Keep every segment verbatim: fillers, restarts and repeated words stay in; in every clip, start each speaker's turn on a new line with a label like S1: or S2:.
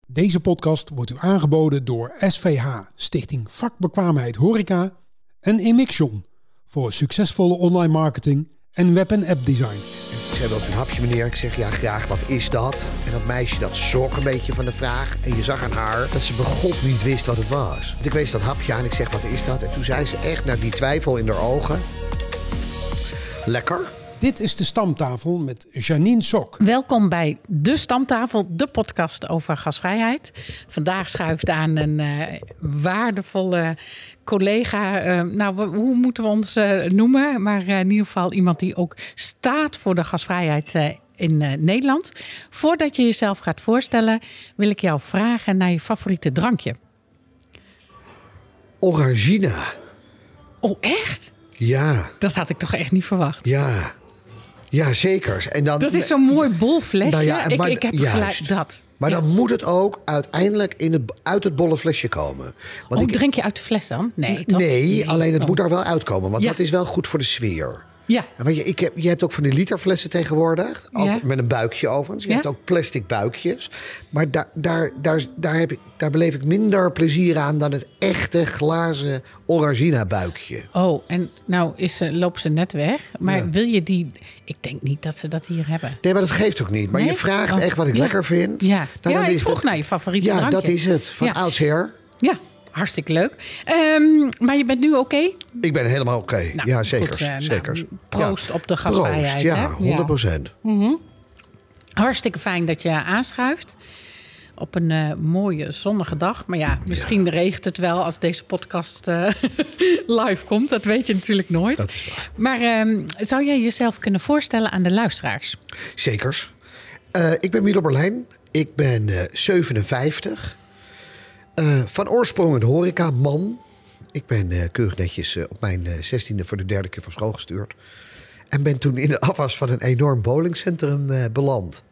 S1: Deze podcast wordt u aangeboden door S V H, Stichting Vakbekwaamheid Horeca, en Emixion voor succesvolle online marketing en web- en appdesign.
S2: Ik zei, wilt u een hapje, meneer? Ik zeg, ja, graag. Wat is dat? En dat meisje, dat schrok een beetje van de vraag. En je zag aan haar dat ze begot niet wist wat het was. Want ik wees dat hapje aan. Ik zeg, wat is dat? En toen zei ze echt, naar die twijfel in haar ogen: lekker.
S1: Dit is de Stamtafel met Janine Sok.
S3: Welkom bij De Stamtafel, de podcast over gasvrijheid. Vandaag schuift aan een uh, waardevolle collega. Uh, nou, hoe moeten we ons uh, noemen? Maar uh, in ieder geval iemand die ook staat voor de gasvrijheid uh, in uh, Nederland. Voordat je jezelf gaat voorstellen, wil ik jou vragen naar je favoriete drankje.
S2: Orangina.
S3: Oh, echt?
S2: Ja.
S3: Dat had ik toch echt niet verwacht.
S2: Ja. Ja, zeker. En dan,
S3: dat is zo'n mooi bol flesje. Nou ja,
S2: maar,
S3: ik, ik heb
S2: juist.
S3: gelijk dat.
S2: Maar
S3: ja.
S2: dan moet het ook uiteindelijk in het, uit het bolle flesje komen. Want
S3: oh,
S2: ik,
S3: drink je uit de fles dan? Nee, toch?
S2: Nee,
S3: nee
S2: alleen het
S3: oh.
S2: moet daar wel uitkomen. Want
S3: ja.
S2: dat is wel goed voor de sfeer.
S3: Ja.
S2: Want je, ik heb, je hebt ook van die literflessen tegenwoordig. Ook ja. Met een buikje overigens. Je
S3: ja.
S2: hebt ook plastic buikjes. Maar daar, daar, daar, daar, heb ik, daar beleef ik minder plezier aan dan het echte glazen Orangina buikje.
S3: Oh, en nou is, uh, loopt ze net weg. Maar ja. wil je die... Ik denk niet dat ze dat hier hebben.
S2: Nee, maar dat geeft ook niet. Maar nee? je vraagt oh. echt wat ik
S3: ja.
S2: lekker vind.
S3: Ja,
S2: nou,
S3: ja
S2: dan
S3: ik
S2: is
S3: vroeg
S2: dat,
S3: naar je favoriete
S2: ja,
S3: drankje.
S2: Ja, dat is het. Van ja. oudsher.
S3: Ja. Hartstikke leuk. Um, maar je bent nu oké? Okay?
S2: Ik ben helemaal oké. Okay. Nou, ja, zeker. Goed, uh, zeker.
S3: Nou, proost ja. op de gasvrijheid.
S2: Proost, ja,
S3: hè?
S2: honderd procent.
S3: Ja. Mm-hmm. Hartstikke fijn dat je aanschuift. Op een uh, mooie zonnige dag. Maar ja, misschien ja. regent het wel als deze podcast uh, live komt. Dat weet je natuurlijk nooit.
S2: Dat is waar.
S3: Maar um, zou jij jezelf kunnen voorstellen aan de luisteraars?
S2: Zekers. Uh, ik ben Milo Berlijn. Ik ben uh, zevenenvijftig. Uh, van oorsprong een horeca-man. Ik ben uh, keurig netjes uh, op mijn uh, zestiende voor de derde keer van school gestuurd. En ben toen in de afwas van een enorm bowlingcentrum uh, beland.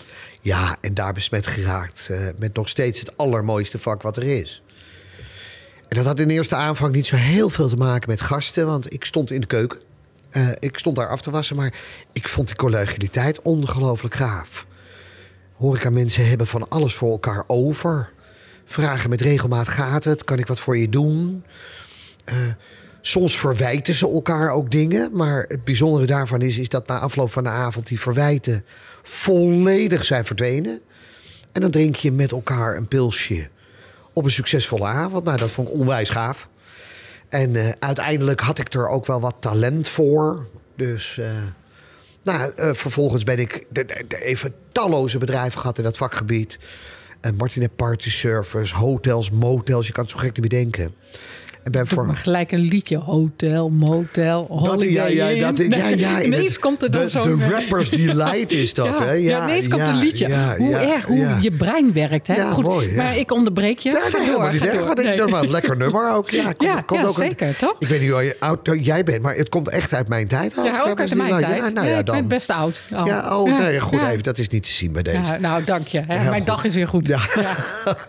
S2: Ja, en daar besmet geraakt uh, met nog steeds het allermooiste vak wat er is. En dat had in eerste aanvang niet zo heel veel te maken met gasten, want ik stond in de keuken. Uh, ik stond daar af te wassen, maar ik vond die collegialiteit ongelooflijk gaaf. Horeca-mensen hebben van alles voor elkaar over. Vragen met regelmaat: gaat het? Kan ik wat voor je doen? Uh, soms verwijten ze elkaar ook dingen. Maar het bijzondere daarvan is, is dat na afloop van de avond die verwijten volledig zijn verdwenen. En dan drink je met elkaar een pilsje op een succesvolle avond. Nou, dat vond ik onwijs gaaf. En uh, uiteindelijk had ik er ook wel wat talent voor. Dus uh, nou, uh, vervolgens ben ik de, de, de even talloze bedrijven gehad in dat vakgebied. Uh, Martinet Party Service, hotels, motels. Je kan het zo gek niet bedenken.
S3: En ben voor... maar gelijk een liedje. Hotel, motel, holiday.
S2: Dat, ja, ja, dat, ja, ja,
S3: ineens
S2: het,
S3: komt er dan zo'n...
S2: De Rappers Delight is dat,
S3: ja,
S2: hè?
S3: Ja, ja ineens komt ja, een liedje. Ja, hoe ja, erg, hoe ja. je brein werkt, hè?
S2: Ja,
S3: goed,
S2: mooi, ja.
S3: Maar ik onderbreek je.
S2: Ja,
S3: ga
S2: nee,
S3: door,
S2: niet
S3: ga
S2: erg,
S3: door.
S2: Want
S3: Nee.
S2: ik nog wel een lekker nummer ook. Ja, komt,
S3: ja,
S2: komt
S3: ja
S2: ook
S3: zeker,
S2: een,
S3: toch?
S2: Ik weet niet hoe oud jij bent, maar het komt echt uit mijn tijd. Ook.
S3: Ja, ook uit mijn tijd.
S2: Ja, nou, ja,
S3: ja, ik
S2: dan.
S3: ben best oud.
S2: Oh. Ja, oh, nee, goed even. Dat is niet te zien bij deze.
S3: Ja, nou, dank je. Hè. Mijn
S2: goed.
S3: dag is weer goed.
S2: Ja. Ja.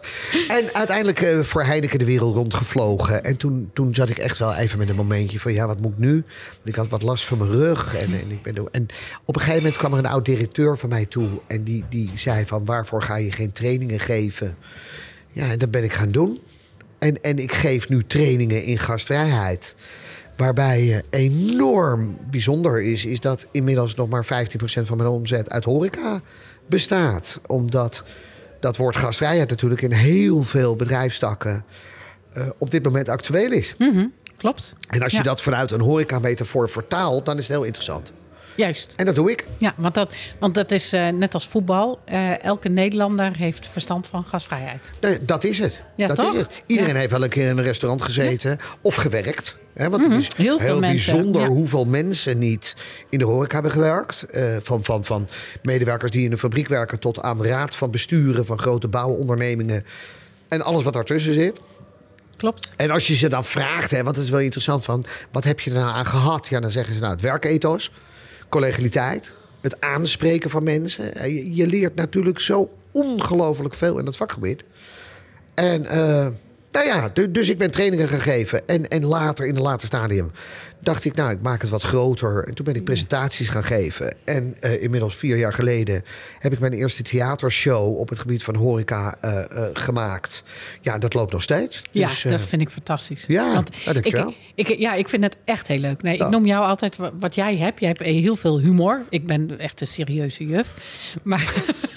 S2: En uiteindelijk uh, voor Heineken de wereld rondgevlogen. En toen, toen zat ik echt wel even met een momentje van, ja, wat moet ik nu? Want ik had wat last van mijn rug. En, en, ik ben er, en op een gegeven moment kwam er een oud-directeur van mij toe. En die, die zei van, waarvoor ga je geen trainingen geven? Ja, en dat ben ik gaan doen. En, en ik geef nu trainingen in gastvrijheid. Waarbij uh, enorm bijzonder is, is dat inmiddels nog maar vijftien procent van mijn omzet uit horeca bestaat. Omdat dat woord gastvrijheid natuurlijk in heel veel bedrijfstakken uh, op dit moment actueel is.
S3: Mm-hmm. Klopt.
S2: En als je
S3: ja.
S2: dat vanuit een horeca-metafoor vertaalt, dan is het heel interessant.
S3: Juist.
S2: En dat doe ik.
S3: Ja, want dat, want dat is uh, net als voetbal. Uh, elke Nederlander heeft verstand van gasvrijheid.
S2: Nee, dat is het.
S3: Ja,
S2: dat
S3: toch?
S2: is het. Iedereen
S3: ja.
S2: heeft wel een keer in een restaurant gezeten ja. of gewerkt. Hè, want
S3: mm-hmm.
S2: het is
S3: heel,
S2: heel bijzonder
S3: mensen, ja.
S2: hoeveel mensen niet in de horeca hebben gewerkt. Uh, van, van, van medewerkers die in een fabriek werken tot aan raad van besturen van grote bouwondernemingen. En alles wat daartussen zit.
S3: Klopt.
S2: En als je ze dan vraagt, hè, wat is wel interessant van, wat heb je er nou aan gehad? Ja, dan zeggen ze nou het werkethos, collegialiteit, het aanspreken van mensen. Je, je leert natuurlijk zo ongelooflijk veel in dat vakgebied. En uh, Nou ja, du- dus ik ben trainingen gegeven. En, en later, in een later stadium, dacht ik, nou, ik maak het wat groter. En toen ben ik presentaties gaan geven. En uh, inmiddels vier jaar geleden heb ik mijn eerste theatershow op het gebied van horeca uh, uh, gemaakt. Ja, dat loopt nog steeds.
S3: Ja,
S2: dus, uh,
S3: dat vind ik fantastisch.
S2: Ja,
S3: Want
S2: ja, dankjewel.
S3: ik, ik, ja, ik vind het echt heel leuk. Nee,
S2: Ja.
S3: Ik noem jou altijd wa- wat jij hebt. Jij hebt heel veel humor. Ik ben echt een serieuze juf. Maar,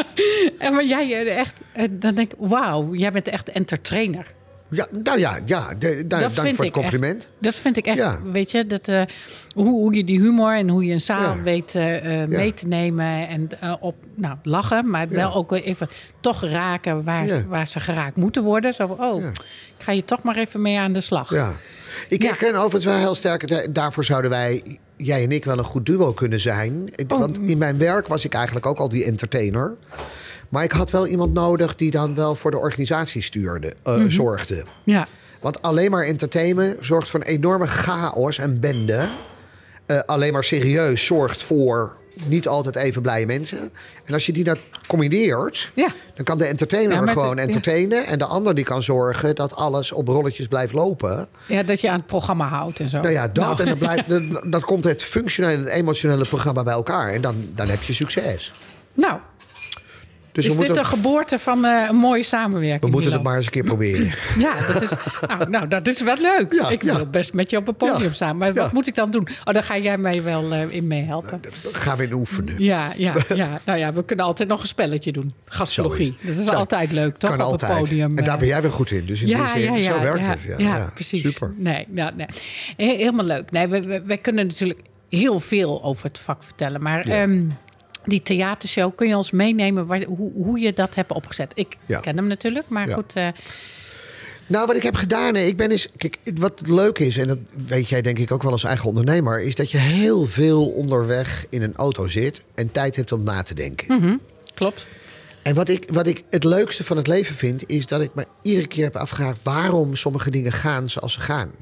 S3: en maar jij eh, echt, eh, dan denk ik, wauw, jij bent echt entertainer.
S2: Ja, nou ja, ja de, da,
S3: Dat
S2: dank
S3: vind
S2: voor
S3: ik
S2: het compliment.
S3: echt- dat vind ik echt,
S2: Ja.
S3: weet je, dat, uh, hoe, hoe je die humor en hoe je een zaal
S2: Ja.
S3: weet uh, uh, mee te nemen en uh, op nou, lachen, maar
S2: Ja.
S3: wel ook even toch raken waar,
S2: Ja.
S3: ze, waar ze geraakt moeten worden. Zo van, oh,
S2: Ja.
S3: ik ga je toch maar even mee aan de slag.
S2: Ja. Ik
S3: Ja.
S2: herken overigens wel heel sterk, da- daarvoor zouden wij, jij en ik, wel een goed duo kunnen zijn.
S3: Oh.
S2: Want in mijn werk was ik eigenlijk ook al die entertainer. Maar ik had wel iemand nodig die dan wel voor de organisatie stuurde, uh,
S3: Mhm.
S2: zorgde.
S3: Ja.
S2: Want alleen maar entertainen zorgt voor een enorme chaos en bende. Uh, alleen maar serieus zorgt voor niet altijd even blije mensen. En als je die nou combineert,
S3: Ja.
S2: dan kan de entertainer
S3: Ja, maar
S2: gewoon
S3: het- ja.
S2: entertainen. En de ander die kan zorgen dat alles op rolletjes blijft lopen.
S3: Ja, dat je aan het programma houdt en zo.
S2: Nou ja, dat.
S3: Nou.
S2: En dan, blijft, dan, dan komt het functionele en het emotionele programma bij elkaar. En dan, dan heb je succes.
S3: Nou,
S2: Dus
S3: is
S2: we
S3: dit
S2: moeten,
S3: de geboorte van uh, een mooie samenwerking?
S2: we moeten
S3: Milo?
S2: het maar eens een keer proberen.
S3: Ja, dat is, nou, nou, dat is wel leuk.
S2: Ja,
S3: ik wil
S2: ja.
S3: best met je op een podium
S2: Ja.
S3: staan. Maar
S2: Ja.
S3: wat moet ik dan doen? Oh, dan ga jij mij wel uh, in meehelpen.
S2: Dat gaan we in oefenen.
S3: Ja, ja, ja. Nou ja, we kunnen altijd nog een spelletje doen. Gastrologie.
S2: Zo is het.
S3: Dat is
S2: Zo.
S3: altijd leuk, toch?
S2: Kan
S3: op
S2: altijd.
S3: het podium.
S2: En daar
S3: uh,
S2: ben jij weer goed in. Dus in die zin, zo werkt
S3: ja,
S2: het. Ja,
S3: ja,
S2: ja.
S3: precies.
S2: Super.
S3: Nee, ja, nee. He- Helemaal leuk. Nee, we, we, we kunnen natuurlijk heel veel over het vak vertellen. Maar
S2: Ja.
S3: ehm, die theatershow, kun je ons meenemen waar, hoe, hoe je dat hebt opgezet? Ik
S2: Ja.
S3: ken hem natuurlijk, maar
S2: Ja.
S3: goed. Uh,
S2: Nou, wat ik heb gedaan, hè, ik ben eens. Kijk, wat leuk is, en dat weet jij denk ik ook wel als eigen ondernemer, is dat je heel veel onderweg in een auto zit en tijd hebt om na te denken.
S3: mm-hmm, klopt.
S2: En wat ik, wat ik het leukste van het leven vind, is dat ik me iedere keer heb afgevraagd waarom sommige dingen gaan zoals ze gaan.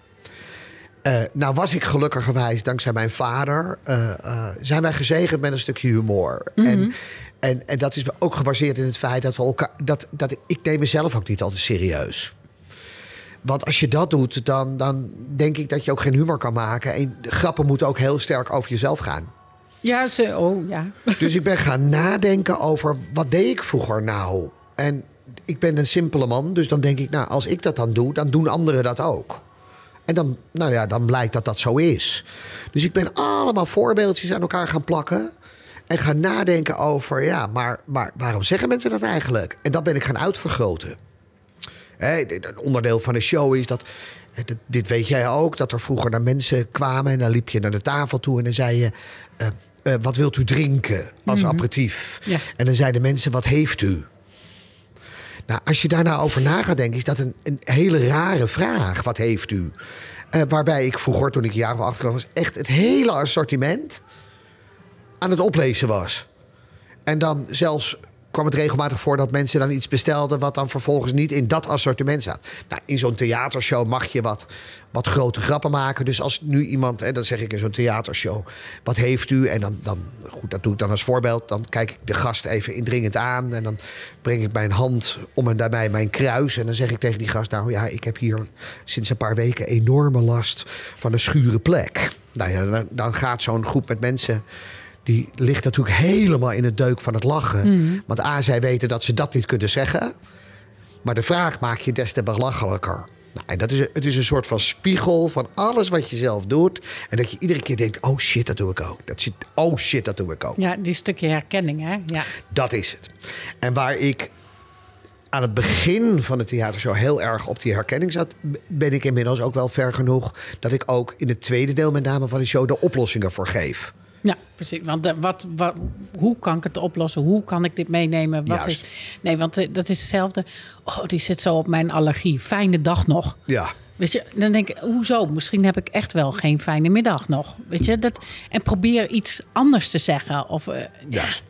S2: Uh, nou was ik gelukkigerwijs, dankzij mijn vader, uh, uh, zijn wij gezegend met een stukje humor.
S3: Mm-hmm.
S2: En, en, en dat is ook gebaseerd in het feit dat we elkaar. Dat, dat ik, ik neem mezelf ook niet altijd serieus. Want als je dat doet, dan, dan denk ik dat je ook geen humor kan maken. En de grappen moeten ook heel sterk over jezelf gaan.
S3: Ja, ze, oh ja.
S2: Dus ik ben gaan nadenken over wat deed ik vroeger nou? En ik ben een simpele man, dus dan denk ik, nou, als ik dat dan doe, dan doen anderen dat ook. En dan, nou ja, dan blijkt dat dat zo is. Dus ik ben allemaal voorbeeldjes aan elkaar gaan plakken. En gaan nadenken over, ja, maar, maar waarom zeggen mensen dat eigenlijk? En dat ben ik gaan uitvergroten. Hè, een onderdeel van de show is dat, dit weet jij ook, dat er vroeger naar mensen kwamen en dan liep je naar de tafel toe en dan zei je, uh, uh, wat wilt u drinken als
S3: Mm-hmm.
S2: aperitief?
S3: Ja.
S2: En dan zeiden mensen, wat heeft u? Nou, als je daar nou over na gaat denken, is dat een, een hele rare vraag. Wat heeft u? Uh, waarbij ik vroeger, toen ik jaren achter was, echt het hele assortiment aan het oplezen was. En dan zelfs kwam het regelmatig voor dat mensen dan iets bestelden wat dan vervolgens niet in dat assortiment zat. Nou, in zo'n theatershow mag je wat, wat grote grappen maken. Dus als nu iemand, hè, dan zeg ik in zo'n theatershow, wat heeft u? En dan, dan, goed, dat doe ik dan als voorbeeld. Dan kijk ik de gast even indringend aan en dan breng ik mijn hand om en daarbij mijn kruis. En dan zeg ik tegen die gast, nou ja, ik heb hier sinds een paar weken enorme last van een schure plek. Nou ja, dan, dan gaat zo'n groep met mensen, die ligt natuurlijk helemaal in het deuk van het lachen.
S3: Mm.
S2: Want A, zij weten dat ze dat niet kunnen zeggen. Maar de vraag maak je des te belachelijker. Nou, en dat is, het is een soort van spiegel van alles wat je zelf doet. En dat je iedere keer denkt, oh shit, dat doe ik ook. Dat zit, oh shit, dat doe ik ook.
S3: Ja, die stukje herkenning, hè? Ja.
S2: Dat is het. En waar ik aan het begin van de theatershow heel erg op die herkenning zat, ben ik inmiddels ook wel ver genoeg dat ik ook in het tweede deel met name van de show de oplossingen voor geef.
S3: Ja, precies. Want de, wat, wat, hoe kan ik het oplossen? Hoe kan ik dit meenemen? Wat
S2: Juist.
S3: is, nee, want uh, dat is hetzelfde. Oh, die zit zo op mijn allergie. Fijne dag nog.
S2: Ja.
S3: Weet je, dan denk ik, hoezo? Misschien heb ik echt wel geen fijne middag nog. Weet je, dat, en probeer iets anders te zeggen. Of, uh,
S2: Juist.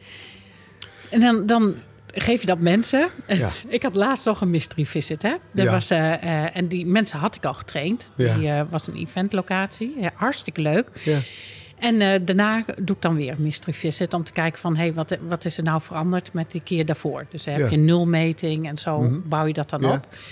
S3: En dan, dan geef je dat mensen.
S2: Ja.
S3: Ik had laatst nog een mystery visit. Hè? Er
S2: Ja.
S3: was, uh, uh, en die mensen had ik al getraind.
S2: Ja.
S3: Die uh, was een eventlocatie. Ja, hartstikke leuk.
S2: Ja.
S3: En uh, daarna doe ik dan weer een mystery visit om te kijken van, hey, wat, wat is er nou veranderd met die keer daarvoor? Dus dan heb
S2: Ja.
S3: je een nulmeting en zo
S2: Mm-hmm.
S3: bouw je dat dan
S2: Ja.
S3: op.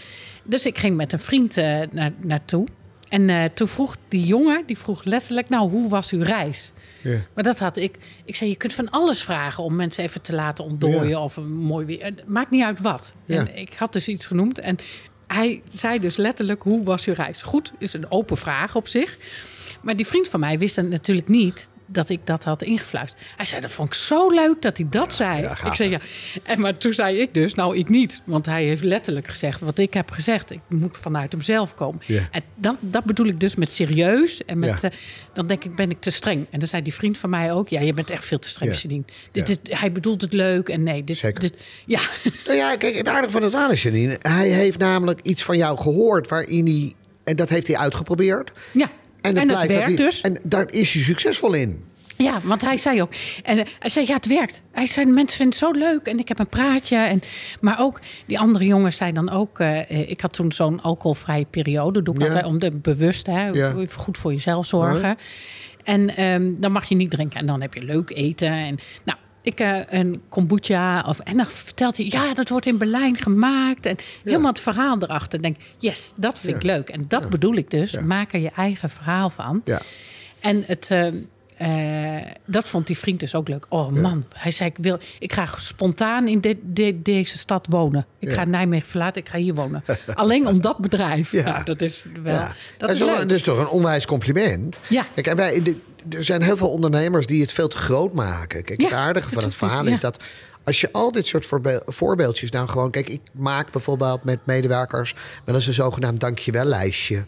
S3: Dus ik ging met een vriend uh, naar, naartoe. En uh, toen vroeg die jongen, die vroeg letterlijk... nou, hoe was uw reis?
S2: Ja.
S3: Maar dat had ik... Ik zei, je kunt van alles vragen om mensen even te laten ontdooien...
S2: Ja.
S3: of een mooi weer... Het maakt niet uit wat.
S2: Ja.
S3: En ik had dus iets genoemd. En hij zei dus letterlijk, hoe was uw reis? Goed, is een open vraag op zich. Maar die vriend van mij wist het natuurlijk niet... dat ik dat had ingefluisterd. Hij zei, dat vond ik zo leuk dat hij dat zei.
S2: Ja,
S3: ik zei, ja. En maar toen zei ik dus, nou, ik niet. Want hij heeft letterlijk gezegd wat ik heb gezegd. Ik moet vanuit hemzelf komen.
S2: Ja.
S3: En dat, dat bedoel ik dus met serieus. En met,
S2: Ja.
S3: uh, dan denk ik, ben ik te streng. En dan zei die vriend van mij ook... ja, je bent echt veel te streng,
S2: Ja.
S3: Janine. Dit,
S2: Ja.
S3: dit, hij bedoelt het leuk en nee. Dit,
S2: Zeker.
S3: Dit, ja.
S2: Nou ja, kijk, het aardige van het verhaal is, Janine... hij heeft namelijk iets van jou gehoord waarin hij... en dat heeft hij uitgeprobeerd.
S3: ja. En,
S2: het
S3: en het
S2: blijkt dat
S3: werkt
S2: hij-
S3: dus.
S2: En daar is hij succesvol in.
S3: Ja, want hij zei ook... En uh, hij zei, ja, het werkt. Hij zei, mensen vinden het zo leuk. En ik heb een praatje. En, maar ook, die andere jongens zeiden dan ook... Uh, ik had toen zo'n alcoholvrije periode. Doe ik
S2: Ja.
S3: altijd om de bewust, hè.
S2: Ja.
S3: Even goed voor jezelf zorgen.
S2: Ja.
S3: En um, dan mag je niet drinken. En dan heb je leuk eten. En nou... Ik uh, een kombucha. Of, en dan vertelt hij, ja, dat wordt in Berlijn gemaakt. En helemaal het verhaal erachter. Denk, yes, dat vind ik
S2: Ja.
S3: leuk. En dat
S2: Ja.
S3: bedoel ik dus.
S2: Ja.
S3: Maak er je eigen verhaal van.
S2: Ja.
S3: En het, uh, uh, dat vond die vriend dus ook leuk. Oh man, hij zei, ik, wil, ik ga spontaan in de, de, deze stad wonen. Ik
S2: Ja.
S3: ga Nijmegen verlaten, ik ga hier wonen. Alleen om dat bedrijf.
S2: Ja.
S3: Nou, dat is wel,
S2: Ja.
S3: dat
S2: Dat
S3: is
S2: is, wel-
S3: leuk.
S2: dat is toch een onwijs compliment.
S3: Ja.
S2: Kijk, en wij, de, er zijn heel veel ondernemers die het veel te groot maken. Kijk,
S3: Ja,
S2: het aardige van
S3: dat
S2: het
S3: hoeft niet,
S2: verhaal
S3: ja.
S2: is dat... als je al dit soort voorbe- voorbeeldjes nou gewoon... Kijk, ik maak bijvoorbeeld met medewerkers... wel eens een zogenaamd dankjewel-lijstje.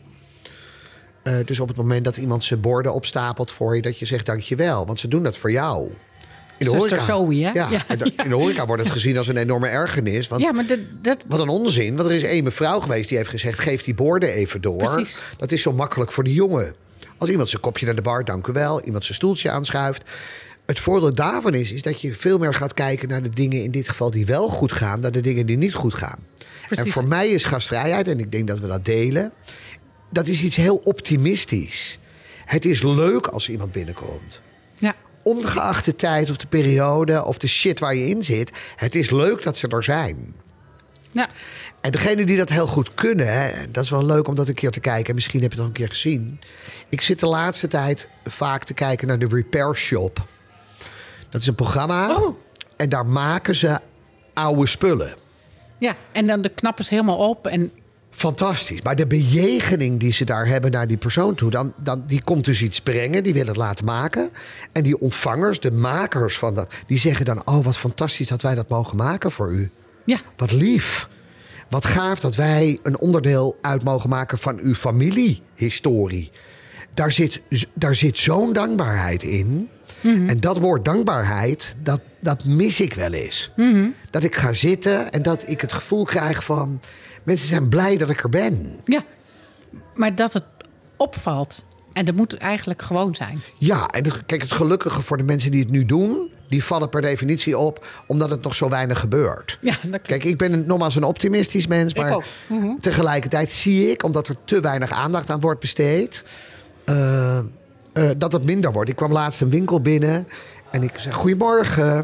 S2: Uh, dus op het moment dat iemand zijn borden opstapelt voor je... dat je zegt dankjewel, want ze doen dat voor jou. In de
S3: Zuster
S2: horeca,
S3: Zoe, hè?
S2: Ja,
S3: Ja,
S2: en de- in de horeca wordt het gezien als een enorme ergernis. Want
S3: Ja, maar dat, dat,
S2: wat een onzin. Want er is één mevrouw geweest die heeft gezegd... geef die borden even door.
S3: Precies.
S2: Dat is zo makkelijk voor de jongen. Als iemand zijn kopje naar de bar, dank u wel. Iemand zijn stoeltje aanschuift. Het voordeel daarvan is, is dat je veel meer gaat kijken... naar de dingen in dit geval die wel goed gaan... dan de dingen die niet goed gaan.
S3: Precies.
S2: En voor mij is gastvrijheid, en ik denk dat we dat delen... dat is iets heel optimistisch. Het is leuk als iemand binnenkomt.
S3: ja.
S2: Ongeacht de tijd of de periode of de shit waar je in zit... het is leuk dat ze er zijn.
S3: Ja.
S2: En degene die dat heel goed kunnen, hè, dat is wel leuk om dat een keer te kijken. Misschien heb je het al een keer gezien. Ik zit de laatste tijd vaak te kijken naar de Repair Shop. Dat is een programma.
S3: Oh.
S2: En daar maken ze oude spullen.
S3: Ja, en dan de knappen ze helemaal op. En
S2: Fantastisch. Maar de bejegening die ze daar hebben naar die persoon toe... Dan, dan, die komt dus iets brengen, die willen het laten maken. En die ontvangers, de makers van dat... die zeggen dan, oh wat fantastisch dat wij dat mogen maken voor u.
S3: ja,
S2: Wat lief. Wat gaaf dat wij een onderdeel uit mogen maken van uw familiehistorie. Daar zit, daar zit zo'n dankbaarheid in. Mm-hmm. En dat woord dankbaarheid, dat, dat mis ik wel eens. Mm-hmm. Dat ik ga zitten en dat ik het gevoel krijg van... mensen zijn blij dat ik er ben.
S3: ja. Maar dat het opvalt. En dat moet eigenlijk gewoon zijn.
S2: Ja, en het, kijk, het gelukkige voor de mensen die het nu doen... die vallen per definitie op, omdat het nog zo weinig gebeurt.
S3: Ja, dat klopt.
S2: Kijk, ik ben een, nogmaals een optimistisch mens...
S3: Ik
S2: maar
S3: ook. Mm-hmm.
S2: tegelijkertijd zie ik, omdat er te weinig aandacht aan wordt besteed... Uh, uh, dat het minder wordt. Ik kwam laatst een winkel binnen en ik zei, goedemorgen.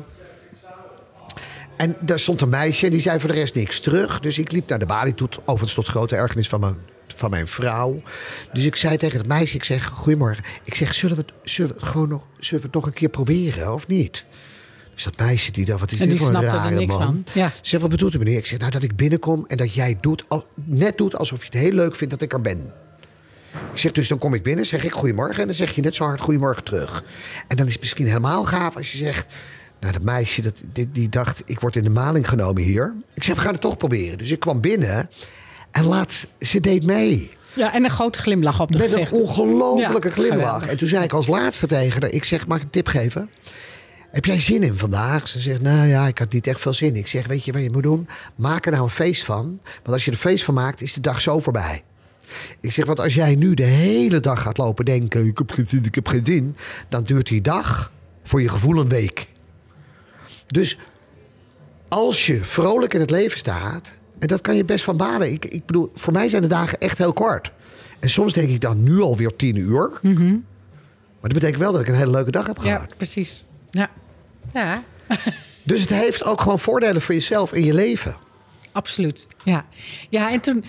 S2: En daar stond een meisje en die zei voor de rest niks terug. Dus ik liep naar de balie toe, overigens tot grote ergernis van mijn... van mijn vrouw. Dus ik zei tegen het meisje, ik zeg, goedemorgen. Ik zeg, zullen we het, zullen we het gewoon nog, zullen we het nog een keer proberen, of niet? Dus dat meisje, die dacht, wat is
S3: En
S2: dit
S3: die
S2: voor een
S3: snapte er
S2: rare
S3: niks
S2: man?
S3: van. Ja.
S2: Ze zegt, wat bedoelt u meneer? Ik zeg, nou dat ik binnenkom en dat jij doet, al, net doet alsof je het heel leuk vindt dat ik er ben. Ik zeg, dus dan kom ik binnen, zeg ik goedemorgen... en dan zeg je net zo hard goedemorgen terug. En dan is het misschien helemaal gaaf als je zegt... nou, dat meisje, dat, die, die dacht, ik word in de maling genomen hier. Ik zeg, we gaan het toch proberen. Dus ik kwam binnen en laat, ze deed mee.
S3: Ja, en een grote glimlach op de
S2: Met
S3: gezicht.
S2: een ongelofelijke
S3: Ja,
S2: glimlach.
S3: geweldig.
S2: En toen zei ik als laatste tegen haar... ik zeg, mag ik een tip geven? Heb jij zin in vandaag? Ze zegt, nou ja, ik had niet echt veel zin. Ik zeg, weet je wat je moet doen? Maak er nou een feest van. Want als je er een feest van maakt, is de dag zo voorbij. Ik zeg, want als jij nu de hele dag gaat lopen denken... ik heb geen zin, ik heb geen zin... dan duurt die dag voor je gevoel een week. Dus als je vrolijk in het leven staat... en dat kan je best van baden. Ik, ik bedoel, voor mij zijn de dagen echt heel kort. En soms denk ik dan nu alweer tien uur. Mm-hmm. Maar dat betekent wel dat ik een hele leuke dag heb gehad.
S3: Ja, precies. Ja, ja.
S2: Dus het heeft ook gewoon voordelen voor jezelf in je leven.
S3: Absoluut. Ja, ja en toen...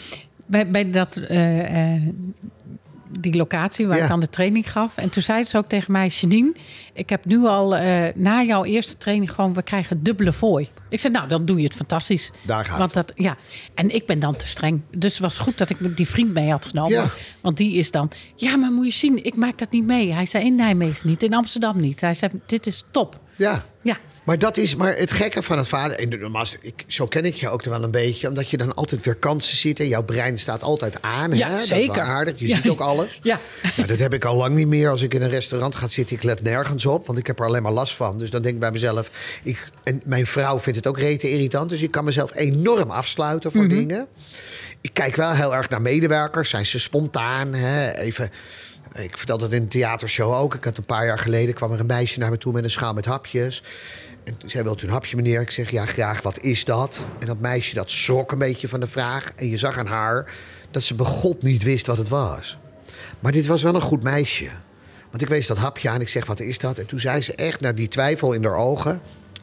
S3: bij, bij dat, uh, uh, die locatie waar
S2: Ja.
S3: ik dan de training gaf. En toen zei ze ook tegen mij, Janine, ik heb nu al uh, na jouw eerste training gewoon, we krijgen dubbele fooi. Ik zei, nou, dan doe je het fantastisch.
S2: Daar gaat
S3: Want dat, ja. En ik ben dan te streng. Dus het was goed dat ik die vriend mee had genomen.
S2: Ja.
S3: Want die is dan, ja, maar moet je zien, ik maak dat niet mee. Hij zei, in Nijmegen niet, in Amsterdam niet. Hij zei, dit is top.
S2: Ja.
S3: Ja.
S2: Maar dat is maar het gekke van het vader. En normaal, ik, zo ken ik je ook wel een beetje. Omdat je dan altijd weer kansen ziet. En jouw brein staat altijd aan.
S3: Ja,
S2: hè?
S3: zeker.
S2: Dat is wel aardig. Je
S3: Ja.
S2: ziet ook alles.
S3: Ja.
S2: Nou, dat heb ik al lang niet meer. Als ik in een restaurant ga zitten, ik let nergens op. Want ik heb er alleen maar last van. Dus dan denk ik bij mezelf. Ik, en mijn vrouw vindt het ook rete irritant. Dus ik kan mezelf enorm afsluiten voor
S3: Mm-hmm.
S2: dingen. Ik kijk wel heel erg naar medewerkers. Zijn ze spontaan? Hè? Even... Ik vertelde dat in een theatershow ook. Ik had een paar jaar geleden kwam er een meisje naar me toe met een schaal met hapjes. En toen zei, wilt u een hapje, meneer? Ik zeg, ja, graag. Wat is dat? En dat meisje dat schrok een beetje van de vraag. En je zag aan haar dat ze bij God niet wist wat het was. Maar dit was wel een goed meisje. Want ik wees dat hapje aan. Ik zeg, wat is dat? En toen zei ze echt, naar die twijfel in haar ogen.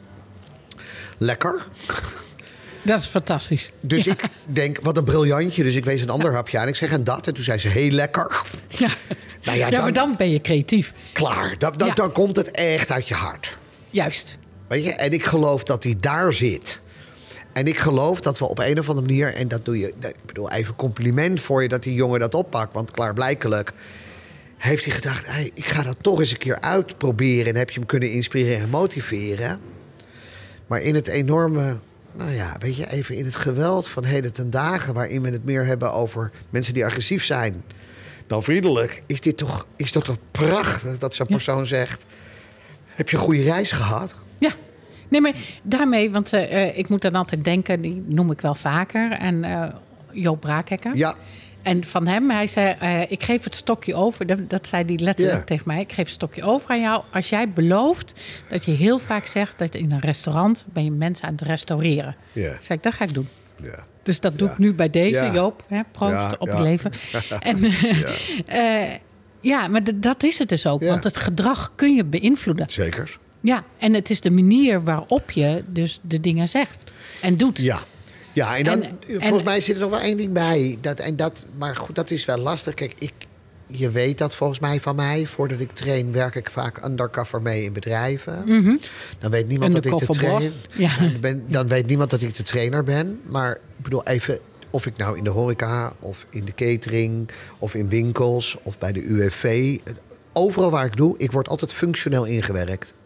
S2: Lekker.
S3: Dat is fantastisch.
S2: Dus
S3: ja.
S2: ik denk, wat een briljantje. Dus ik wees een ander hapje aan. Ik zeg, en dat? En toen zei ze, heel lekker.
S3: Ja,
S2: Nou ja,
S3: ja
S2: dan,
S3: maar dan ben je creatief.
S2: klaar. Dan, dan,
S3: Ja.
S2: dan komt het echt uit je hart.
S3: Juist.
S2: Weet je? En ik geloof dat hij daar zit. En ik geloof dat we op een of andere manier... en dat doe je... Ik bedoel, even compliment voor je dat die jongen dat oppakt. Want klaarblijkelijk heeft hij gedacht... Hey, ik ga dat toch eens een keer uitproberen. En heb je hem kunnen inspireren en motiveren. Maar in het enorme... Nou ja, weet je, even in het geweld van heden ten dagen... waarin we het meer hebben over mensen die agressief zijn... dan vriendelijk, is dit toch, is dat toch prachtig dat zo'n persoon zegt... heb je een goede reis gehad?
S3: Ja. Nee, maar daarmee, want uh, ik moet dan altijd denken... die noem ik wel vaker. En uh, Joop Braakhekker.
S2: Ja.
S3: En van hem, hij zei, uh, ik geef het stokje over. Dat, dat zei hij letterlijk
S2: Ja.
S3: tegen mij. Ik geef het stokje over aan jou. Als jij belooft dat je heel vaak zegt... dat in een restaurant ben je mensen aan het restaureren.
S2: Ja.
S3: Zei ik, dat ga ik doen.
S2: Ja.
S3: Dus dat doe
S2: Ja.
S3: ik nu bij deze,
S2: Ja.
S3: Joop. Hè, proost
S2: Ja,
S3: op
S2: ja.
S3: het leven. En, ja. Uh, ja, maar d- dat is het dus ook.
S2: Ja.
S3: Want het gedrag kun je beïnvloeden.
S2: Zeker.
S3: Ja, en het is de manier waarop je dus de dingen zegt en doet.
S2: Ja. Ja, en dan,
S3: En-
S2: volgens
S3: en-
S2: mij zit er nog wel één ding bij. Dat, en dat, maar goed, dat is wel lastig. Kijk, ik, je weet dat volgens mij van mij. Voordat ik train, werk ik vaak undercover mee in bedrijven.
S3: Mm-hmm.
S2: Dan weet niemand dat ik de
S3: Undercover
S2: trainer
S3: boss. Ja.
S2: Dan, ben, dan weet niemand dat ik de trainer ben. Maar ik bedoel even, of ik nou in de horeca of in de catering of in winkels of bij de U F V. Overal waar ik doe, ik word altijd functioneel ingewerkt.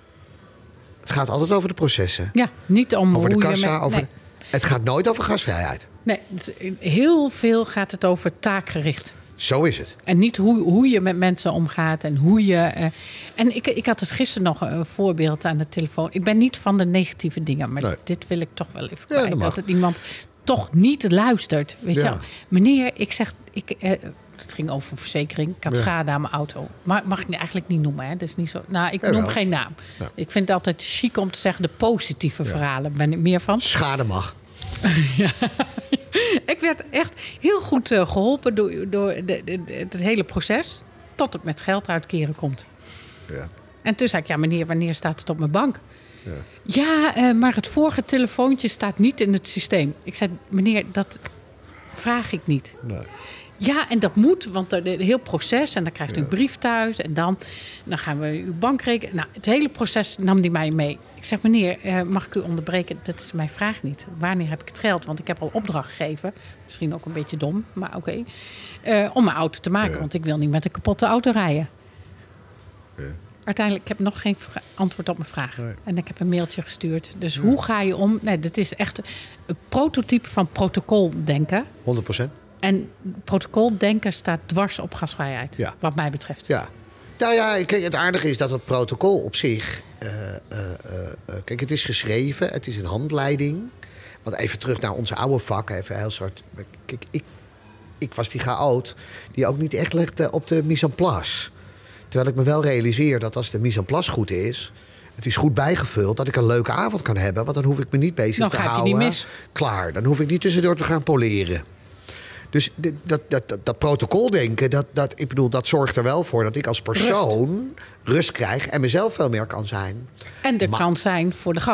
S2: Het gaat altijd over de processen.
S3: Ja, niet om
S2: Over de
S3: hoe
S2: kassa.
S3: je met,
S2: over
S3: nee,
S2: Het gaat nooit over gasvrijheid.
S3: nee, het is- heel veel gaat het over taakgericht.
S2: Zo is het.
S3: En niet hoe, hoe je met mensen omgaat en hoe je... eh, en ik, ik had dus gisteren nog een voorbeeld aan de telefoon. Ik ben niet van de negatieve dingen, maar
S2: Nee.
S3: dit wil ik toch wel even
S2: Ja,
S3: kwijt.
S2: dat mag.
S3: dat het iemand toch niet luistert. Weet
S2: Ja.
S3: je wel? Meneer, ik zeg... Ik, eh, het ging over een verzekering. Ik had
S2: Ja.
S3: schade aan mijn auto. Maar mag ik eigenlijk niet noemen, hè? Dat is niet zo... Nou, ik
S2: Jawel.
S3: noem geen naam.
S2: Ja.
S3: Ik vind het altijd chic om te zeggen... de positieve verhalen ben ik meer van.
S2: Schade mag.
S3: Ik werd echt heel goed uh, geholpen door, door de, de, de- het hele proces. Tot het met geld uitkeren komt.
S2: Ja.
S3: En toen zei ik, ja meneer, wanneer staat het op mijn bank? Ja, ja uh, maar het vorige telefoontje staat niet in het systeem. Ik zei, meneer, dat vraag ik niet.
S2: Nee.
S3: Ja, en dat moet, want het heel proces... en dan krijgt u een brief thuis... en dan, dan gaan we uw bankrekening... Nou, het hele proces nam die mij mee. Ik zeg, meneer, uh, mag ik u onderbreken? Dat is mijn vraag niet. Wanneer heb ik het geld? Want ik heb al opdracht gegeven. Misschien ook een beetje dom, maar oké. Okay. Uh, om mijn auto te maken,
S2: Ja.
S3: want ik wil niet met een kapotte auto rijden.
S2: Ja.
S3: Uiteindelijk heb ik nog geen vra- antwoord op mijn vraag.
S2: Nee.
S3: En ik heb een mailtje gestuurd. Dus ja. Hoe ga je om? Nee, dit is echt een prototype van protocoldenken.
S2: honderd procent.
S3: En protocoldenken staat dwars op gasvrijheid,
S2: Ja.
S3: wat mij betreft.
S2: Ja. Nou ja, kijk, het aardige is dat het protocol op zich... Uh, uh, uh, kijk, het is geschreven, het is een handleiding. Want even terug naar onze oude vak, even heel soort... Kijk, ik, ik was die chaot die ook niet echt legde op de mise en place. Terwijl ik me wel realiseer dat als de mise en place goed is... het is goed bijgevuld, dat ik een leuke avond kan hebben. Want dan hoef ik me niet bezig
S3: Dan
S2: te
S3: ga ik je
S2: houden.
S3: niet mis.
S2: Klaar, dan hoef ik niet tussendoor te gaan poleren. Dus dit- dat, dat, dat, dat protocoldenken, dat, dat, ik bedoel, dat zorgt er wel voor... dat ik als persoon rust, rust krijg en mezelf veel meer kan zijn.
S3: En er
S2: Maar-
S3: kan zijn voor de gast.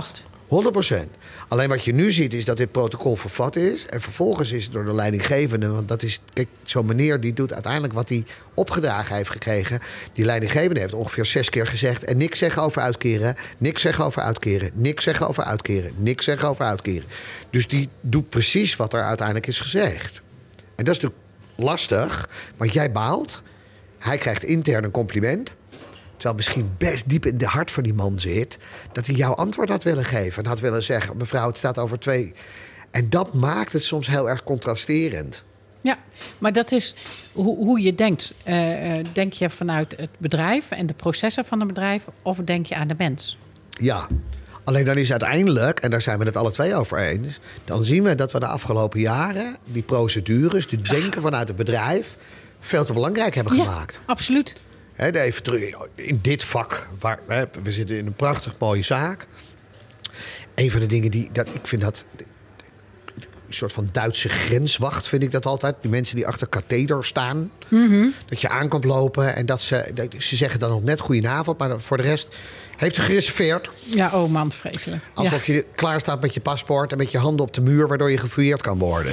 S2: honderd procent. Alleen wat je nu ziet is dat dit protocol vervat is. En vervolgens is het door de leidinggevende. Want dat is, kijk, zo'n meneer die doet uiteindelijk wat hij opgedragen heeft gekregen. Die leidinggevende heeft ongeveer zes keer gezegd. En niks zeggen over uitkeren. Niks zeggen over uitkeren. Niks zeggen over uitkeren. Niks zeggen over uitkeren. Dus die doet precies wat er uiteindelijk is gezegd. En dat is natuurlijk lastig. Want jij baalt. Hij krijgt intern een compliment. Terwijl misschien best diep in de hart van die man zit. Dat hij jouw antwoord had willen geven. En had willen zeggen, mevrouw, het staat over twee. En dat maakt het soms heel erg contrasterend.
S3: Ja, maar dat is hoe, hoe je denkt. Uh, denk je vanuit het bedrijf en de processen van het bedrijf... of denk je aan de mens?
S2: Ja, alleen dan is uiteindelijk, en daar zijn we het alle twee over eens... dan zien we dat we de afgelopen jaren die procedures, de denken vanuit het bedrijf... veel te belangrijk hebben gemaakt.
S3: Ja, absoluut.
S2: He, even terug in dit vak, waar, he, we zitten in een prachtig mooie zaak. Een van de dingen die, dat, ik vind dat... een soort van Duitse grenswacht vind ik dat altijd. Die mensen die achter katheder staan. Mm-hmm. Dat je aankomt lopen en dat ze... Dat, ze zeggen dan nog net goedenavond, maar voor de rest heeft u gereserveerd.
S3: Ja, oh man, vreselijk.
S2: Alsof ja. je klaar staat met je paspoort en met je handen op de muur... waardoor je gefouilleerd kan worden.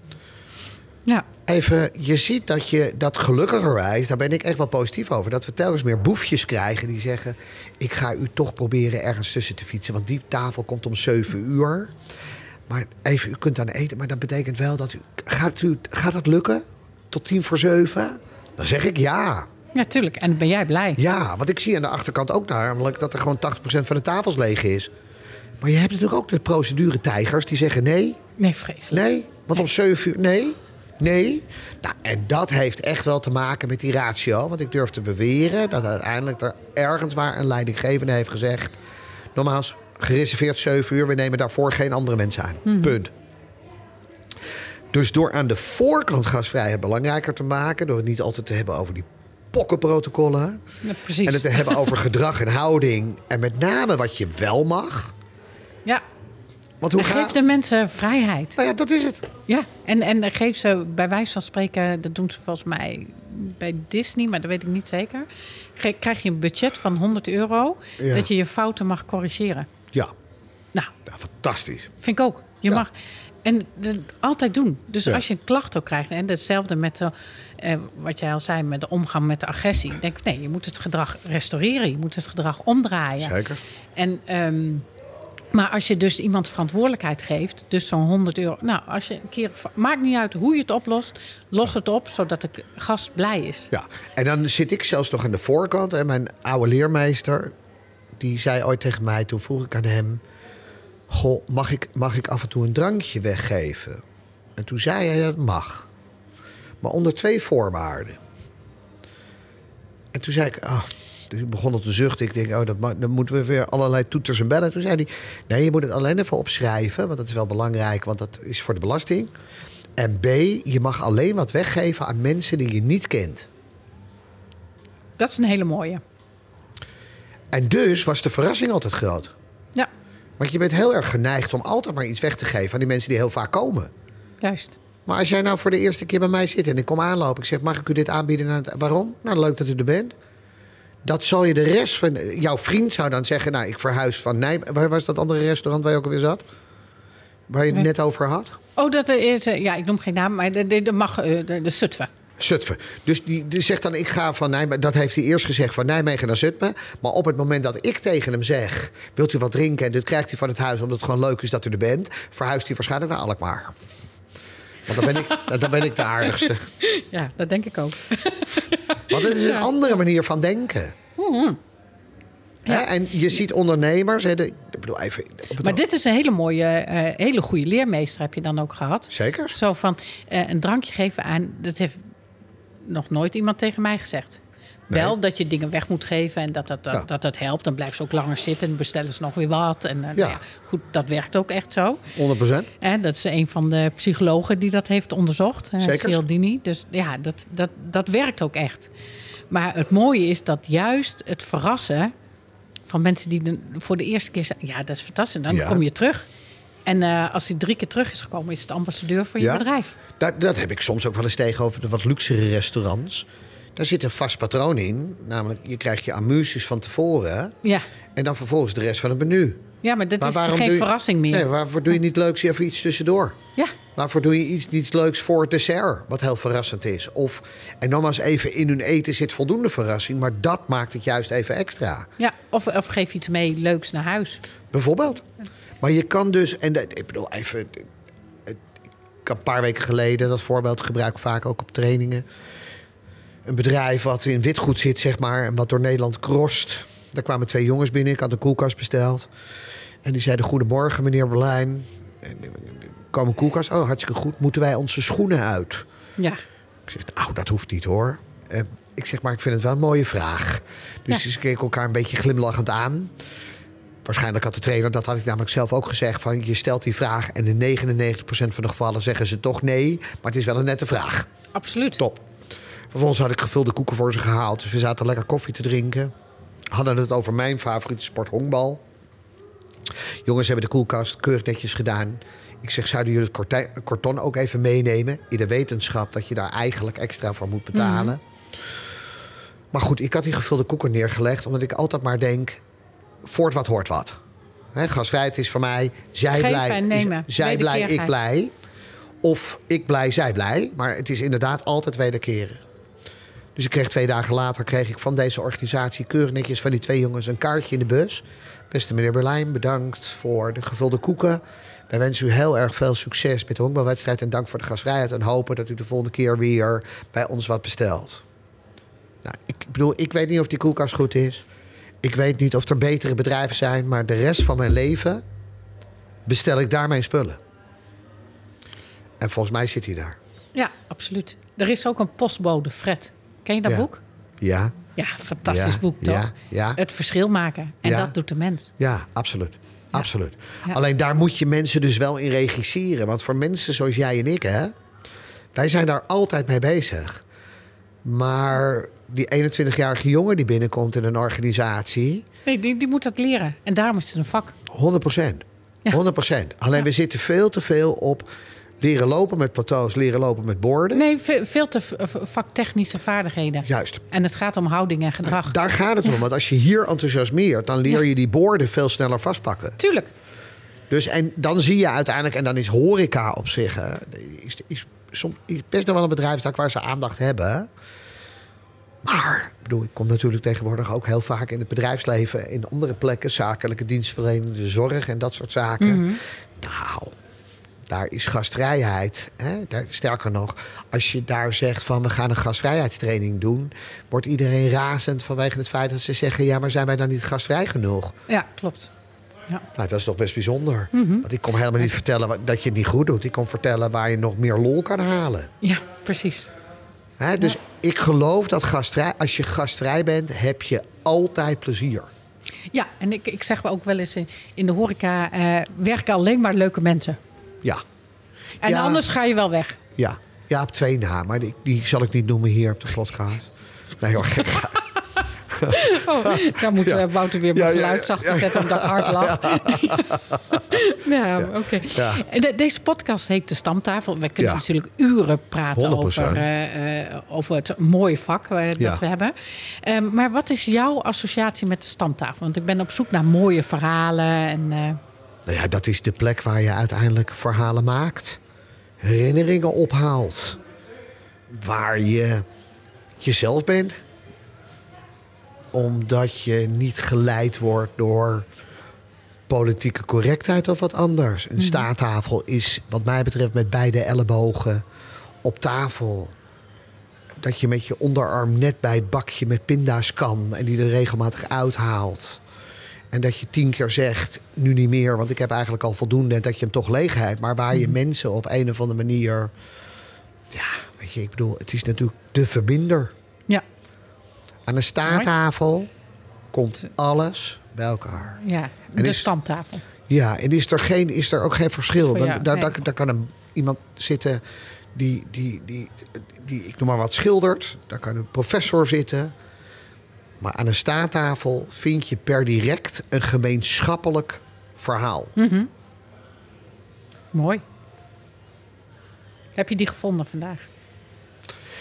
S3: Ja.
S2: Even, je ziet dat je dat gelukkigerwijs, daar ben ik echt wel positief over... dat we telkens meer boefjes krijgen die zeggen... ik ga u toch proberen ergens tussen te fietsen... want die tafel komt om zeven uur. Maar even, u kunt dan eten, maar dat betekent wel dat u... Gaat, u, gaat dat lukken? Tot tien voor zeven? Dan zeg ik ja.
S3: Ja, tuurlijk. En ben jij blij?
S2: Ja, want ik zie aan de achterkant ook namelijk... dat er gewoon tachtig procent van de tafels leeg is. Maar je hebt natuurlijk ook de procedure-tijgers die zeggen nee.
S3: Nee, vreselijk.
S2: Nee, want
S3: nee.
S2: om zeven uur... Nee. Nee. Nou, en dat heeft echt wel te maken met die ratio. Want ik durf te beweren dat uiteindelijk er ergens waar een leidinggevende heeft gezegd... nogmaals, gereserveerd zeven uur, we nemen daarvoor geen andere mensen aan. Hmm. Punt. Dus door aan de voorkant gasvrijheid belangrijker te maken... door het niet altijd te hebben over die pokkenprotocollen...
S3: Ja, precies.
S2: En het te hebben over gedrag en houding... en met name wat je wel mag...
S3: Ja.
S2: Want hoe
S3: geef de mensen vrijheid.
S2: Nou ja, dat is het.
S3: Ja, en, en geef ze bij wijze van spreken... dat doen ze volgens mij bij Disney, maar dat weet ik niet zeker... krijg je een budget van honderd euro... Ja. dat je je fouten mag corrigeren.
S2: Ja.
S3: Nou.
S2: Ja, fantastisch.
S3: Vind ik ook. Je ja. mag... En de, altijd doen. Dus ja. als je een klacht ook krijgt... en hetzelfde met de, eh, wat jij al zei... met de omgang met de agressie. Denk ik, nee, je moet het gedrag restaureren. Je moet het gedrag omdraaien.
S2: Zeker.
S3: En... Um, Maar als je dus iemand verantwoordelijkheid geeft, dus zo'n honderd euro... Nou, als je een keer... Maakt niet uit hoe je het oplost. Los het op, zodat de gast blij is.
S2: Ja, en dan zit ik zelfs nog aan de voorkant. En mijn oude leermeester, die zei ooit tegen mij... Toen vroeg ik aan hem... Goh, mag ik, mag ik af en toe een drankje weggeven? En toen zei hij, dat mag. Maar onder twee voorwaarden. En toen zei ik... Oh, dus ik begon al te zuchten. Ik denk, oh, dat mag, dan moeten we weer allerlei toeters en bellen. Toen zei hij, nee, je moet het alleen even opschrijven. Want dat is wel belangrijk, want dat is voor de belasting. En B, je mag alleen wat weggeven aan mensen die je niet kent.
S3: Dat is een hele mooie.
S2: En dus was de verrassing altijd groot.
S3: Ja.
S2: Want je bent heel erg geneigd om altijd maar iets weg te geven aan die mensen die heel vaak komen.
S3: Juist.
S2: Maar als jij nou voor de eerste keer bij mij zit en ik kom aanlopen... ik zeg, mag ik u dit aanbieden? Aan het... Waarom? Nou, leuk dat u er bent. Dat zal je de rest van... Jouw vriend zou dan zeggen, nou, ik verhuis van Nijmegen. Waar was dat andere restaurant waar je ook alweer zat? Waar je het nee. net over had?
S3: Oh, dat is... Ja, ik noem geen naam, maar de, de, de mag... De, de Zutphen.
S2: Zutphen. Dus die, die zegt dan, ik ga van Nijmegen... Dat heeft hij eerst gezegd, van Nijmegen naar Zutphen. Maar op het moment dat ik tegen hem zeg... Wilt u wat drinken? En dit krijgt hij van het huis... omdat het gewoon leuk is dat u er bent... verhuist hij waarschijnlijk naar Alkmaar. Want dan ben ik, dan ben ik de aardigste.
S3: Ja, dat denk ik ook.
S2: Want het is een andere manier van denken.
S3: Mm-hmm. Ja.
S2: Hè? En je ziet ondernemers... Hè, de, ik bedoel even,
S3: maar dit is een hele mooie, uh, hele goede leermeester heb je dan ook gehad.
S2: Zeker.
S3: Zo van uh, een drankje geven aan... Dat heeft nog nooit iemand tegen mij gezegd. Nee. Wel dat je dingen weg moet geven en dat dat, dat, ja. dat, dat helpt. Dan blijven ze ook langer zitten en bestellen ze nog weer wat. En, uh, ja. Nou ja, goed, dat werkt ook echt zo.
S2: honderd procent.
S3: En dat is een van de psychologen die dat heeft onderzocht. Uh,
S2: Zeker.
S3: Cialdini. Dus ja, dat, dat, dat werkt ook echt. Maar het mooie is dat juist het verrassen... van mensen die de, voor de eerste keer zeggen... ja, dat is fantastisch, dan ja. kom je terug. En uh, als hij drie keer terug is gekomen... is het ambassadeur voor je ja. bedrijf.
S2: Dat, dat heb ik soms ook wel eens tegenover de wat luxere restaurants... Daar zit een vast patroon in. Namelijk, je krijgt je amuses van tevoren.
S3: Ja.
S2: En dan vervolgens de rest van het menu.
S3: Ja, maar dat
S2: Maar
S3: is
S2: waarom
S3: geen
S2: doe je-
S3: verrassing meer.
S2: Nee, waarvoor doe je niet leuks even iets tussendoor?
S3: Ja,
S2: Waarvoor doe je iets niet leuks voor het dessert, wat heel verrassend is? Of, en nogmaals, even in hun eten zit voldoende verrassing, maar dat maakt het juist even extra.
S3: ja. Of, of geef iets mee leuks naar huis.
S2: Bijvoorbeeld. Maar je kan dus, en dat- ik bedoel even, het- ik had een paar weken geleden, dat voorbeeld gebruik ik vaak ook op trainingen. Een bedrijf wat in witgoed zit, zeg maar, en wat door Nederland crost. Daar kwamen twee jongens binnen, ik had een koelkast besteld. En die zeiden, goedemorgen meneer Berlijn. En er kwam een koelkast, oh hartstikke goed, moeten wij onze schoenen uit?
S3: Ja,
S2: Ik zeg, nou, dat hoeft niet hoor. Eh, ik zeg, maar ik vind het wel een mooie vraag. Dus
S3: Ja.
S2: ze keken elkaar een beetje glimlachend aan. Waarschijnlijk had de trainer, dat had ik namelijk zelf ook gezegd, van je stelt die vraag en in negenennegentig procent van de gevallen zeggen ze toch nee. Maar het is wel een nette vraag.
S3: absoluut.
S2: Top. Vervolgens had ik gevulde koeken voor ze gehaald. Dus we zaten lekker koffie te drinken. Hadden het over mijn favoriete sport, honkbal. Jongens hebben de koelkast keurig netjes gedaan. Ik zeg, zouden jullie het kortij- karton ook even meenemen? In de wetenschap dat je daar eigenlijk extra voor moet betalen. Maar goed, ik had die gevulde koeken neergelegd. Omdat ik altijd maar denk, voort wat hoort wat. Hè, gastvrijheid is voor mij, zij
S3: Geven
S2: blij,
S3: en nemen.
S2: is- zij blij, ik
S3: Wederkerigheid.
S2: blij. Of ik blij, zij blij. Maar het is inderdaad altijd wederkeren. Dus ik kreeg twee dagen later kreeg ik van deze organisatie keurig netjes van die twee jongens een kaartje in de bus. Beste meneer Berlijn, bedankt voor de gevulde koeken. Wij wensen u heel erg veel succes met de honkbalwedstrijd en dank voor de gastvrijheid. En hopen dat u de volgende keer weer bij ons wat bestelt. Nou, ik bedoel, ik weet niet of die koelkast goed is. Ik weet niet of er betere bedrijven zijn. Maar de rest van mijn leven bestel ik daar mijn spullen. En volgens mij zit hij daar.
S3: Ja, absoluut. Er is ook een postbode, Fred. Ken je dat
S2: Ja.
S3: boek?
S2: Ja,
S3: Ja, fantastisch
S2: Ja,
S3: boek, toch?
S2: ja, ja.
S3: Het verschil maken. En
S2: Ja.
S3: dat doet de mens.
S2: ja, absoluut. Absoluut.
S3: Ja.
S2: Alleen daar moet je mensen dus wel in regisseren. Want voor mensen zoals jij en ik, hè, wij zijn daar altijd mee bezig. Maar die eenentwintigjarige jongen die binnenkomt in een organisatie,
S3: Nee, die, die moet dat leren. En daarom is het een vak.
S2: honderd procent.
S3: Ja.
S2: honderd procent. Alleen
S3: Ja.
S2: we zitten veel te veel op leren lopen met plateaus, leren lopen met borden.
S3: Nee, ve- veel te v- v- vaktechnische vaardigheden.
S2: Juist.
S3: En het gaat om houding en gedrag.
S2: Daar gaat het om. Want als je hier enthousiasmeert, dan leer
S3: Ja.
S2: je die borden veel sneller vastpakken.
S3: Tuurlijk.
S2: Dus en dan zie je uiteindelijk, en dan is horeca op zich hè, is, is, soms, is best nog wel een bedrijfstak waar ze aandacht hebben. Maar ik bedoel, ik kom natuurlijk tegenwoordig ook heel vaak in het bedrijfsleven, in andere plekken, zakelijke dienstverlening, de zorg en dat soort zaken. Nou, daar is gastvrijheid. Hè? Daar, sterker nog, als je daar zegt van we gaan een gastvrijheidstraining doen, wordt iedereen razend vanwege het feit dat ze zeggen ja, maar zijn wij dan niet gastvrij genoeg?
S3: Ja, klopt. Ja.
S2: Nou, dat is toch best bijzonder. Want ik kom helemaal niet vertellen wa- dat je het niet goed doet. Ik kom vertellen waar je nog meer lol kan halen.
S3: Ja, precies.
S2: Hè? Dus ik geloof dat gastvrij, als je gastvrij bent, heb je altijd plezier.
S3: Ja, en ik, ik zeg ook wel eens in, in de horeca eh, werken alleen maar leuke mensen.
S2: Ja,
S3: En
S2: Ja.
S3: anders ga je wel weg.
S2: ja. Ja, op twee na, maar die, die zal ik niet noemen hier op de podcast. Nee hoor, gek.
S3: Oh, dan moet
S2: Ja.
S3: eh, Wouter weer
S2: Ja,
S3: mijn
S2: ja,
S3: geluid zachter zetten omdat ik hard lach. Ja, oké.
S2: Ja.
S3: En de- Deze podcast heet De Stamtafel. We kunnen
S2: Ja.
S3: natuurlijk uren praten
S2: honderd procent.
S3: over, eh, eh, over het mooie vak eh, dat
S2: Ja.
S3: we hebben. Ehm, maar wat is jouw associatie met de Stamtafel? Want ik ben op zoek naar mooie verhalen. En, eh,
S2: Nou ja, dat is de plek waar je uiteindelijk verhalen maakt. Herinneringen ophaalt. Waar je jezelf bent. Omdat je niet geleid wordt door politieke correctheid of wat anders. Een staattafel is wat mij betreft met beide ellebogen op tafel. Dat je met je onderarm net bij het bakje met pinda's kan en die er regelmatig uithaalt. En dat je tien keer zegt, nu niet meer, want ik heb eigenlijk al voldoende. En dat je hem toch leeg hebt. Maar waar je mensen op een of andere manier... Ja, weet je, ik bedoel, het is natuurlijk de verbinder.
S3: ja,
S2: Aan een staattafel komt alles bij elkaar.
S3: ja,
S2: En
S3: de
S2: is-
S3: Stamtafel.
S2: Ja, en is er, geen, is er ook geen verschil.
S3: Voor
S2: Dan,
S3: jou,
S2: daar,
S3: nee.
S2: daar, daar kan een, iemand zitten die, die, die, die, ik noem maar wat, schildert. Daar kan een professor zitten. Maar aan een staattafel vind je per direct een gemeenschappelijk verhaal.
S3: Mooi. Heb je die gevonden vandaag?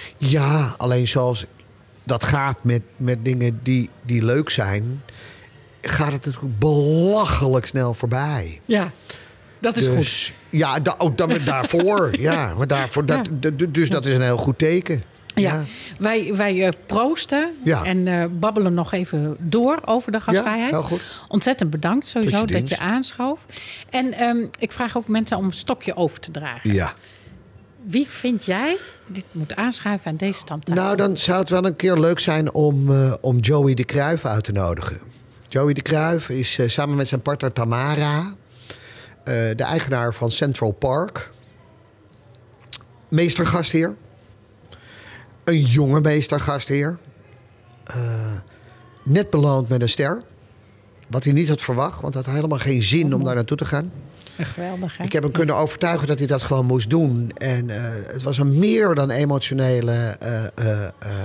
S2: Ja, alleen zoals dat gaat met, met dingen die, die leuk zijn... gaat het natuurlijk belachelijk snel voorbij.
S3: Ja, dat is
S2: dus,
S3: goed.
S2: Ja, da, ook dan, daarvoor. ja, maar daarvoor dat,
S3: Ja.
S2: d- dus dat is een heel goed teken.
S3: Ja,
S2: Ja.
S3: wij, wij uh, proosten
S2: Ja.
S3: en uh, babbelen nog even door over de gastvrijheid.
S2: Ja, heel goed.
S3: Ontzettend bedankt sowieso
S2: Tot je
S3: dat je
S2: dienst.
S3: aanschoof. En um, ik vraag ook mensen om een stokje over te dragen.
S2: Ja.
S3: Wie vind jij dit moet aanschuiven aan deze stamtafel?
S2: Nou, dan zou het wel een keer leuk zijn om, uh, om Joey de Cruijff uit te nodigen. Joey de Cruijff is uh, samen met zijn partner Tamara... Uh, de eigenaar van Central Park. Meestergastheer. Een jonge meestergastheer. Uh, net beloond met een ster. Wat hij niet had verwacht, want hij had helemaal geen zin om daar naartoe te gaan.
S3: Geweldig, hè?
S2: Ik heb hem kunnen overtuigen dat hij dat gewoon moest doen. En uh, het was een meer dan emotionele uh, uh, uh,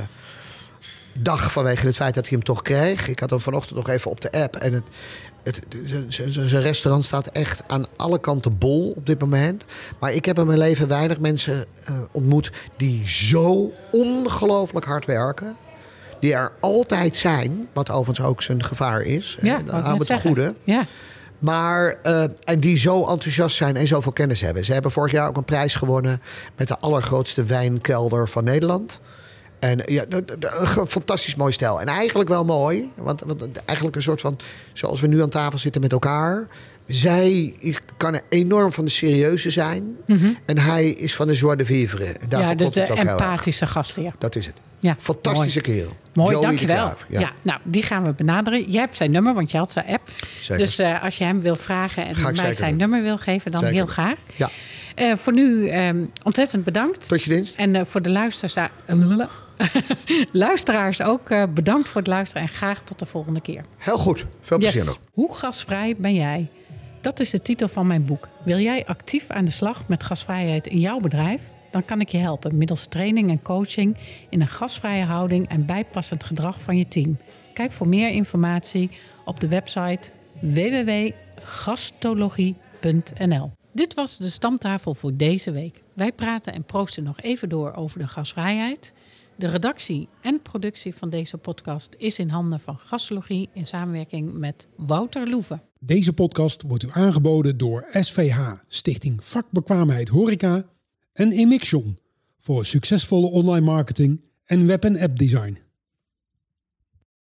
S2: dag vanwege het feit dat hij hem toch kreeg. Ik had hem vanochtend nog even op de app. En het, het, zijn restaurant staat echt aan alle kanten bol op dit moment. Maar ik heb in mijn leven weinig mensen uh, ontmoet die zo ongelooflijk hard werken. Die er altijd zijn, wat overigens ook zijn gevaar is.
S3: Ja,
S2: uh, aan het
S3: zeggen.
S2: goede.
S3: Ja.
S2: Maar, uh, en die zo enthousiast zijn en zoveel kennis hebben. Ze hebben vorig jaar ook een prijs gewonnen met de allergrootste wijnkelder van Nederland. En ja, een fantastisch mooi stijl. En eigenlijk wel mooi, want, want eigenlijk een soort van, zoals we nu aan tafel zitten met elkaar. Zij kan enorm van de serieuze zijn. Mm-hmm. En hij is van de joie de vivre. En
S3: ja, dus de empathische gastheer.
S2: Dat is het.
S3: Ja,
S2: fantastische
S3: mooi.
S2: kerel.
S3: Mooi,
S2: Joey
S3: dankjewel.
S2: Ja.
S3: ja, nou, die gaan we benaderen. Jij hebt zijn nummer, want je had zijn app.
S2: Zeker.
S3: Dus uh, als je hem wil vragen en mij zijn
S2: doen.
S3: nummer wil geven, dan
S2: zeker.
S3: heel graag.
S2: Ja.
S3: Uh, voor nu um, ontzettend bedankt.
S2: Tot je dienst.
S3: En uh, voor de luisteraars, uh, luisteraars ook uh, bedankt voor het luisteren. En graag tot de volgende keer.
S2: Heel goed. Veel plezier
S3: yes.
S2: nog.
S3: Hoe gasvrij ben jij? Dat is de titel van mijn boek. Wil jij actief aan de slag met gasvrijheid in jouw bedrijf? Dan kan ik je helpen middels training en coaching in een gasvrije houding en bijpassend gedrag van je team. Kijk voor meer informatie op de website w w w punt gastologie punt n l. Dit was de stamtafel voor deze week. Wij praten en proosten nog even door over de gasvrijheid. De redactie en productie van deze podcast is in handen van Gastologie in samenwerking met Wouter Loeven.
S1: Deze podcast wordt u aangeboden door S V H, Stichting Vakbekwaamheid Horeca, en Emixion voor succesvolle online marketing en web- en appdesign.